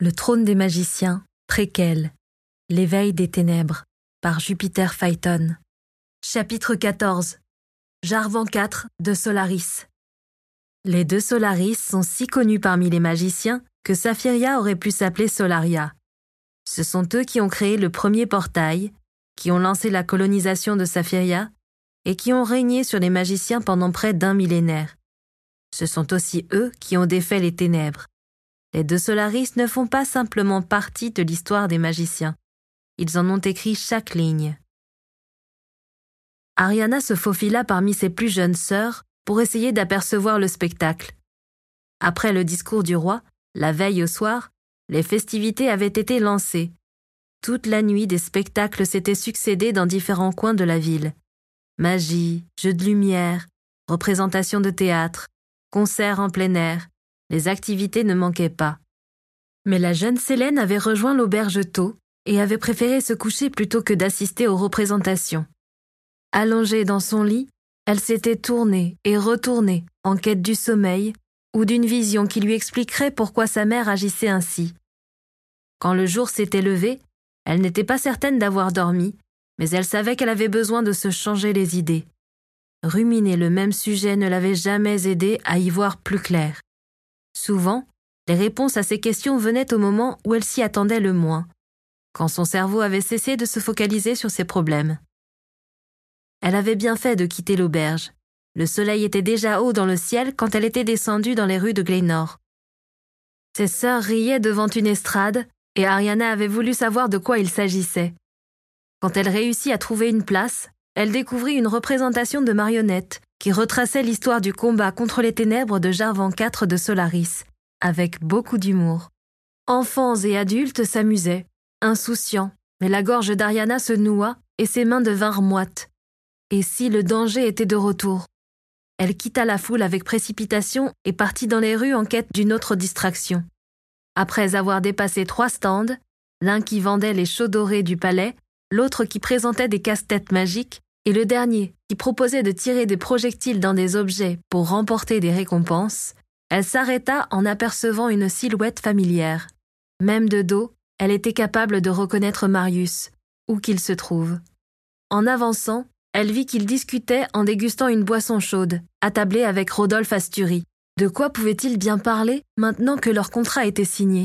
Le trône des magiciens, préquel, l'éveil des ténèbres, par Jupiter Phaeton. Chapitre 14. Jarvan IV de Solaris. Les deux Solaris sont si connus parmi les magiciens que Saphiria aurait pu s'appeler Solaria. Ce sont eux qui ont créé le premier portail, qui ont lancé la colonisation de Saphiria et qui ont régné sur les magiciens pendant près d'1 millénaire. Ce sont aussi eux qui ont défait les ténèbres. Les deux Solaris ne font pas simplement partie de l'histoire des magiciens. Ils en ont écrit chaque ligne. Ariana se faufila parmi ses plus jeunes sœurs pour essayer d'apercevoir le spectacle. Après le discours du roi, la veille au soir, les festivités avaient été lancées. Toute la nuit, des spectacles s'étaient succédés dans différents coins de la ville. Magie, jeux de lumière, représentations de théâtre, concerts en plein air, les activités ne manquaient pas. Mais la jeune Sélène avait rejoint l'auberge tôt et avait préféré se coucher plutôt que d'assister aux représentations. Allongée dans son lit, elle s'était tournée et retournée en quête du sommeil ou d'une vision qui lui expliquerait pourquoi sa mère agissait ainsi. Quand le jour s'était levé, elle n'était pas certaine d'avoir dormi, mais elle savait qu'elle avait besoin de se changer les idées. Ruminer le même sujet ne l'avait jamais aidée à y voir plus clair. Souvent, les réponses à ces questions venaient au moment où elle s'y attendait le moins, quand son cerveau avait cessé de se focaliser sur ses problèmes. Elle avait bien fait de quitter l'auberge. Le soleil était déjà haut dans le ciel quand elle était descendue dans les rues de Glenor. Ses sœurs riaient devant une estrade et Ariana avait voulu savoir de quoi il s'agissait. Quand elle réussit à trouver une place, elle découvrit une représentation de marionnettes qui retraçait l'histoire du combat contre les ténèbres de Jarvan IV de Solaris, avec beaucoup d'humour. Enfants et adultes s'amusaient, insouciants, mais la gorge d'Ariana se noua et ses mains devinrent moites. Et si le danger était de retour? Elle quitta la foule avec précipitation et partit dans les rues en quête d'une autre distraction. Après avoir dépassé 3 stands, l'un qui vendait les chaux dorés du palais, l'autre qui présentait des casse-têtes magiques, et le dernier qui proposait de tirer des projectiles dans des objets pour remporter des récompenses, elle s'arrêta en apercevant une silhouette familière. Même de dos, elle était capable de reconnaître Marius, où qu'il se trouve. En avançant, elle vit qu'il discutait en dégustant une boisson chaude, attablée avec Rodolphe Asturi. De quoi pouvaient-ils bien parler maintenant que leur contrat était signé?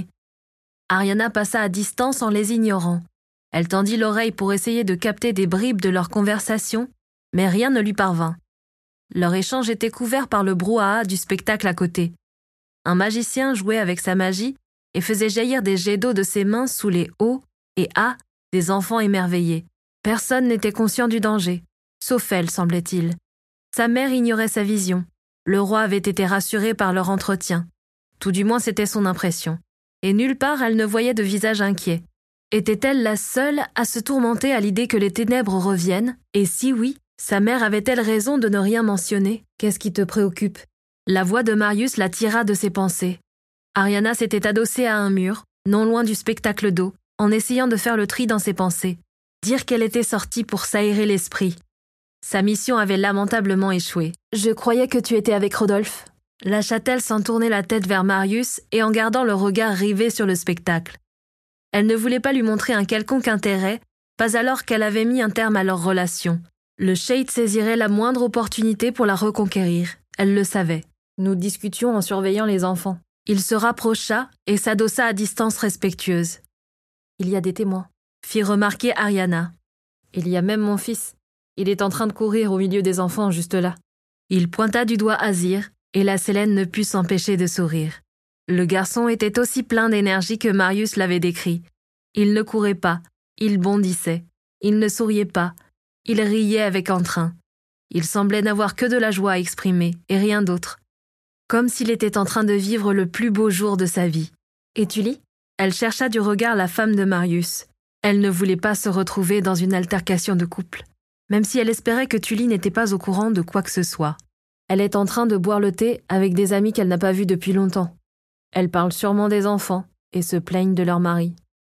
Ariana passa à distance en les ignorant. Elle tendit l'oreille pour essayer de capter des bribes de leur conversation, mais rien ne lui parvint. Leur échange était couvert par le brouhaha du spectacle à côté. Un magicien jouait avec sa magie et faisait jaillir des jets d'eau de ses mains sous les O et A des enfants émerveillés. Personne n'était conscient du danger, sauf elle, semblait-il. Sa mère ignorait sa vision. Le roi avait été rassuré par leur entretien. Tout du moins c'était son impression. Et nulle part elle ne voyait de visage inquiet. Était-elle la seule à se tourmenter à l'idée que les ténèbres reviennent? Et si oui, sa mère avait-elle raison de ne rien mentionner? Qu'est-ce qui te préoccupe? La voix de Marius la tira de ses pensées. Ariana s'était adossée à un mur, non loin du spectacle d'eau, en essayant de faire le tri dans ses pensées. Dire qu'elle était sortie pour s'aérer l'esprit. Sa mission avait lamentablement échoué. « Je croyais que tu étais avec Rodolphe. » Lâcha-t-elle sans tourner la tête vers Marius et en gardant le regard rivé sur le spectacle. Elle ne voulait pas lui montrer un quelconque intérêt, pas alors qu'elle avait mis un terme à leur relation. Le Shade saisirait la moindre opportunité pour la reconquérir. Elle le savait. Nous discutions en surveillant les enfants. Il se rapprocha et s'adossa à distance respectueuse. « Il y a des témoins », fit remarquer Ariana. « Il y a même mon fils. Il est en train de courir au milieu des enfants juste là. » Il pointa du doigt Azir et la Sélène ne put s'empêcher de sourire. Le garçon était aussi plein d'énergie que Marius l'avait décrit. Il ne courait pas, il bondissait, il ne souriait pas, il riait avec entrain. Il semblait n'avoir que de la joie à exprimer et rien d'autre. Comme s'il était en train de vivre le plus beau jour de sa vie. « Et tu lis ?» Elle chercha du regard la femme de Marius. Elle ne voulait pas se retrouver dans une altercation de couple, même si elle espérait que Tully n'était pas au courant de quoi que ce soit. Elle est en train de boire le thé avec des amis qu'elle n'a pas vus depuis longtemps. Elle parle sûrement des enfants et se plaignent de leur mari.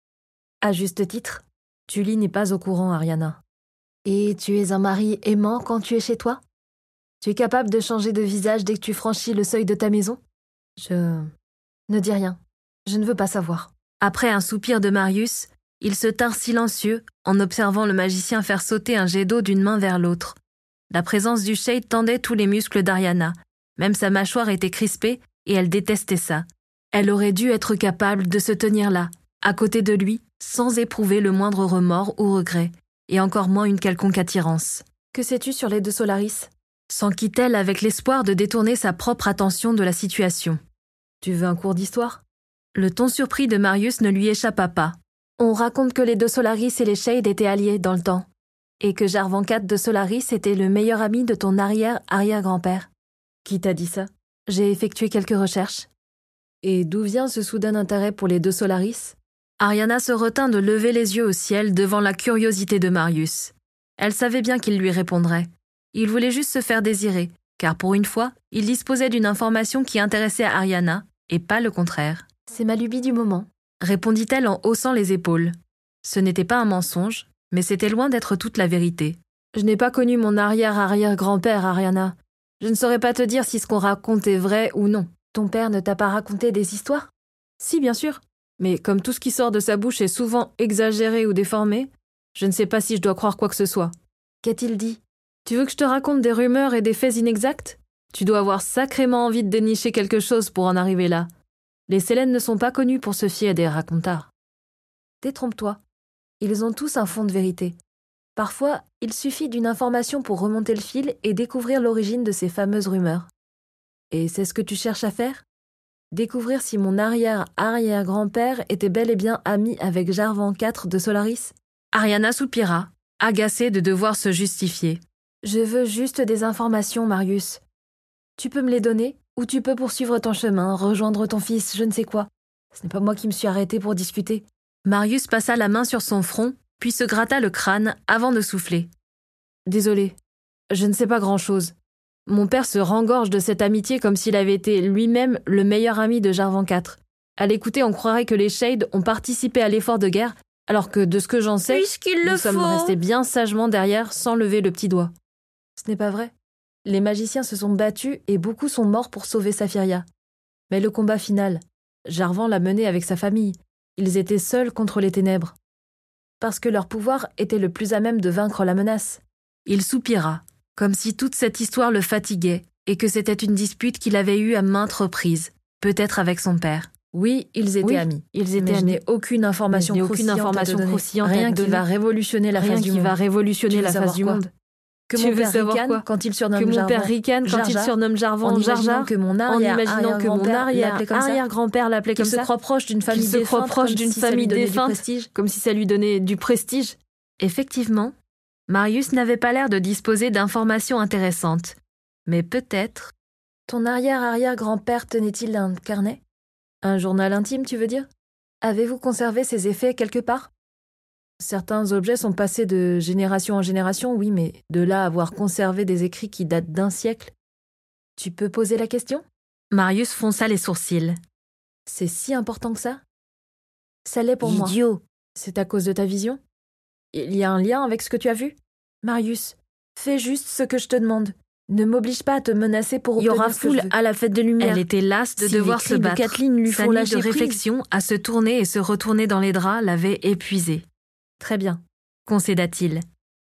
À juste titre, Tully n'est pas au courant, Ariana. Et tu es un mari aimant quand tu es chez toi? Tu es capable de changer de visage dès que tu franchis le seuil de ta maison? Ne dis rien. Je ne veux pas savoir. Après un soupir de Marius, ils se tinrent silencieux en observant le magicien faire sauter un jet d'eau d'une main vers l'autre. La présence du shade tendait tous les muscles d'Ariana. Même sa mâchoire était crispée et elle détestait ça. Elle aurait dû être capable de se tenir là, à côté de lui, sans éprouver le moindre remords ou regret, et encore moins une quelconque attirance. « Que sais-tu sur les deux Solaris ?» s'enquit-elle avec l'espoir de détourner sa propre attention de la situation. « Tu veux un cours d'histoire ?» Le ton surpris de Marius ne lui échappa pas. « On raconte que les deux Solaris et les Shades étaient alliés dans le temps, et que Jarvan IV de Solaris était le meilleur ami de ton arrière-arrière-grand-père. » Qui t'a dit ça ? J'ai effectué quelques recherches. Et d'où vient ce soudain intérêt pour les deux Solaris ? Ariana se retint de lever les yeux au ciel devant la curiosité de Marius. Elle savait bien qu'il lui répondrait. Il voulait juste se faire désirer, car pour une fois, il disposait d'une information qui intéressait Ariana, et pas le contraire. « C'est ma lubie du moment », répondit-elle en haussant les épaules. Ce n'était pas un mensonge, mais c'était loin d'être toute la vérité. « Je n'ai pas connu mon arrière-arrière-grand-père, Ariana. Je ne saurais pas te dire si ce qu'on raconte est vrai ou non. Ton père ne t'a pas raconté des histoires ? Si, bien sûr. Mais comme tout ce qui sort de sa bouche est souvent exagéré ou déformé, je ne sais pas si je dois croire quoi que ce soit. Qu'a-t-il dit ? Tu veux que je te raconte des rumeurs et des faits inexacts ? Tu dois avoir sacrément envie de dénicher quelque chose pour en arriver là. Les Célènes ne sont pas connus pour se fier à des racontards. Détrompe-toi. Ils ont tous un fond de vérité. Parfois, il suffit d'une information pour remonter le fil et découvrir l'origine de ces fameuses rumeurs. Et c'est ce que tu cherches à faire ? Découvrir si mon arrière-arrière-grand-père était bel et bien ami avec Jarvan IV de Solaris ? Ariana soupira, agacée de devoir se justifier. Je veux juste des informations, Marius. Tu peux me les donner, ou tu peux poursuivre ton chemin, rejoindre ton fils, je ne sais quoi. Ce n'est pas moi qui me suis arrêtée pour discuter. Marius passa la main sur son front, puis se gratta le crâne avant de souffler. Désolé, je ne sais pas grand-chose. Mon père se rengorge de cette amitié comme s'il avait été lui-même le meilleur ami de Jarvan IV. À l'écouter, on croirait que les Shades ont participé à l'effort de guerre, alors que, de ce que j'en sais, nous sommes restés bien sagement derrière sans lever le petit doigt. Ce n'est pas vrai. Les magiciens se sont battus et beaucoup sont morts pour sauver Saphiria. Mais le combat final, Jarvan l'a mené avec sa famille. Ils étaient seuls contre les ténèbres. Parce que leur pouvoir était le plus à même de vaincre la menace. Il soupira, comme si toute cette histoire le fatiguait et que c'était une dispute qu'il avait eue à maintes reprises, peut-être avec son père. Oui, ils étaient amis. Ils étaient amis. Je n'ai aucune information croustillante, rien qui va révolutionner la face du monde. Que mon père ricane quand il surnomme Jarvan en imaginant que mon arrière-arrière-grand-père l'appelait comme ça. Qu'il se croit proche d'une famille défunte, comme si ça lui donnait du prestige. Effectivement, Marius n'avait pas l'air de disposer d'informations intéressantes. Mais peut-être... Ton arrière-arrière-grand-père tenait-il un carnet ? Un journal intime, tu veux dire ? Avez-vous conservé ces effets quelque part ? Certains objets sont passés de génération en génération, oui, mais de là à avoir conservé des écrits qui datent d'un siècle. Tu peux poser la question ? Marius fronça les sourcils. C'est si important que ça ? Ça l'est pour moi. Idiot ! C'est à cause de ta vision ? Il y a un lien avec ce que tu as vu ? Marius, fais juste ce que je te demande. Ne m'oblige pas à te menacer pour obtenir ce que je veux. Il y aura foule à la fête des Lumières. Elle était lasse de devoir se battre. Kathleen lui font lâcher prise. Sa nuit de réflexion à se tourner et se retourner dans les draps l'avait épuisée. Très bien, concéda-t-il.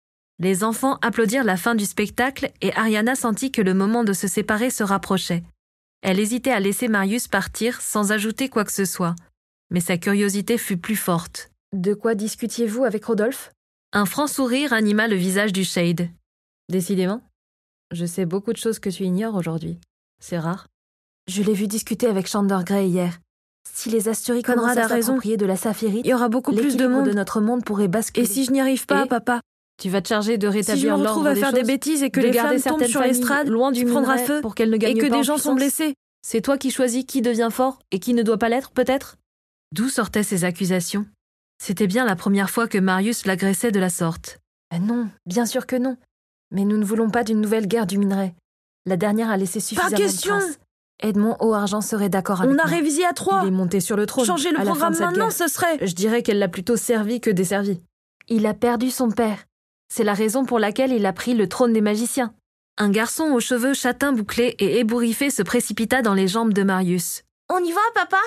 Les enfants applaudirent la fin du spectacle et Ariana sentit que le moment de se séparer se rapprochait. Elle hésitait à laisser Marius partir sans ajouter quoi que ce soit. Mais sa curiosité fut plus forte. De quoi discutiez-vous avec Rodolphe ? Un franc sourire anima le visage du Shade. Décidément, je sais beaucoup de choses que tu ignores aujourd'hui. C'est rare. Je l'ai vu discuter avec Shander Grey hier. Si les Asturies commencent à s'approprier de la saphirite, il y aura beaucoup plus de monde. De notre monde pourrait basculer. Et si je n'y arrive pas, papa ? Tu vas te charger de rétablir l'ordre des choses. Si je me retrouve à faire des bêtises et que les flammes tombent sur l'estrade, loin du prendre feu, pour qu'elles ne gagnent pas en puissance, et que des gens sont blessés, c'est toi qui choisis qui devient fort et qui ne doit pas l'être, peut-être ? D'où sortaient ces accusations ? C'était bien la première fois que Marius l'agressait de la sorte. Non, bien sûr que non. Mais nous ne voulons pas d'une nouvelle guerre du minerai. La dernière a laissé suffisamment de traces. Edmond Haut-Argent serait d'accord avec moi. On a révisé à 3. Il est monté sur le trône. Changer le programme maintenant, ce serait... Je dirais qu'elle l'a plutôt servi que desservi. Il a perdu son père. C'est la raison pour laquelle il a pris le trône des magiciens. Un garçon aux cheveux châtains bouclés et ébouriffés se précipita dans les jambes de Marius. On y va, papa ?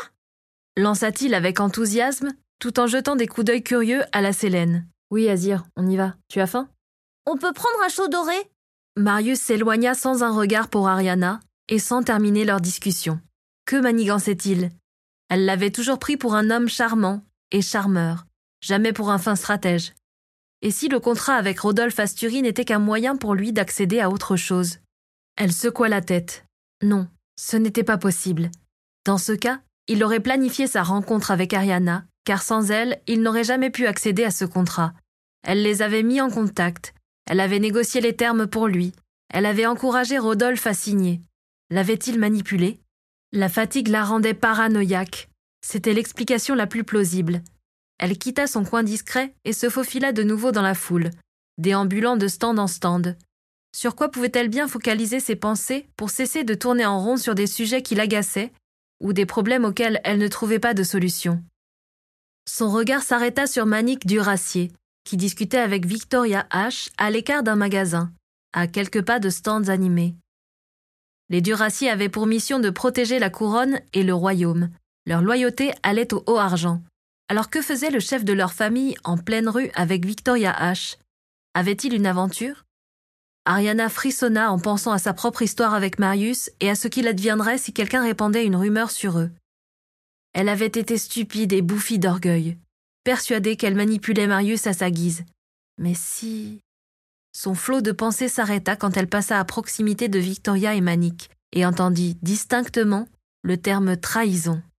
lança-t-il avec enthousiasme, tout en jetant des coups d'œil curieux à la Sélène. Oui, Azir, on y va. Tu as faim? On peut prendre un chaud doré? Marius s'éloigna sans un regard pour Ariana et sans terminer leur discussion. Que manigançait-il? Elle l'avait toujours pris pour un homme charmant et charmeur, jamais pour un fin stratège. Et si le contrat avec Rodolphe Astury n'était qu'un moyen pour lui d'accéder à autre chose? Elle secoua la tête. Non, ce n'était pas possible. Dans ce cas, il aurait planifié sa rencontre avec Ariana, car sans elle, il n'aurait jamais pu accéder à ce contrat. Elle les avait mis en contact, elle avait négocié les termes pour lui, elle avait encouragé Rodolphe à signer. L'avait-il manipulé? La fatigue la rendait paranoïaque. C'était l'explication la plus plausible. Elle quitta son coin discret et se faufila de nouveau dans la foule, déambulant de stand en stand. Sur quoi pouvait-elle bien focaliser ses pensées pour cesser de tourner en rond sur des sujets qui l'agaçaient ou des problèmes auxquels elle ne trouvait pas de solution? Son regard s'arrêta sur Manick Duracier, qui discutait avec Victoria H. à l'écart d'un magasin, à quelques pas de stands animés. Les Duracier avaient pour mission de protéger la couronne et le royaume. Leur loyauté allait au haut argent. Alors que faisait le chef de leur famille en pleine rue avec Victoria H? Avait-il une aventure? Ariana frissonna en pensant à sa propre histoire avec Marius et à ce qu'il adviendrait si quelqu'un répandait une rumeur sur eux. Elle avait été stupide et bouffie d'orgueil, persuadée qu'elle manipulait Marius à sa guise. Mais si... Son flot de pensées s'arrêta quand elle passa à proximité de Victoria et Manick et entendit distinctement le terme trahison.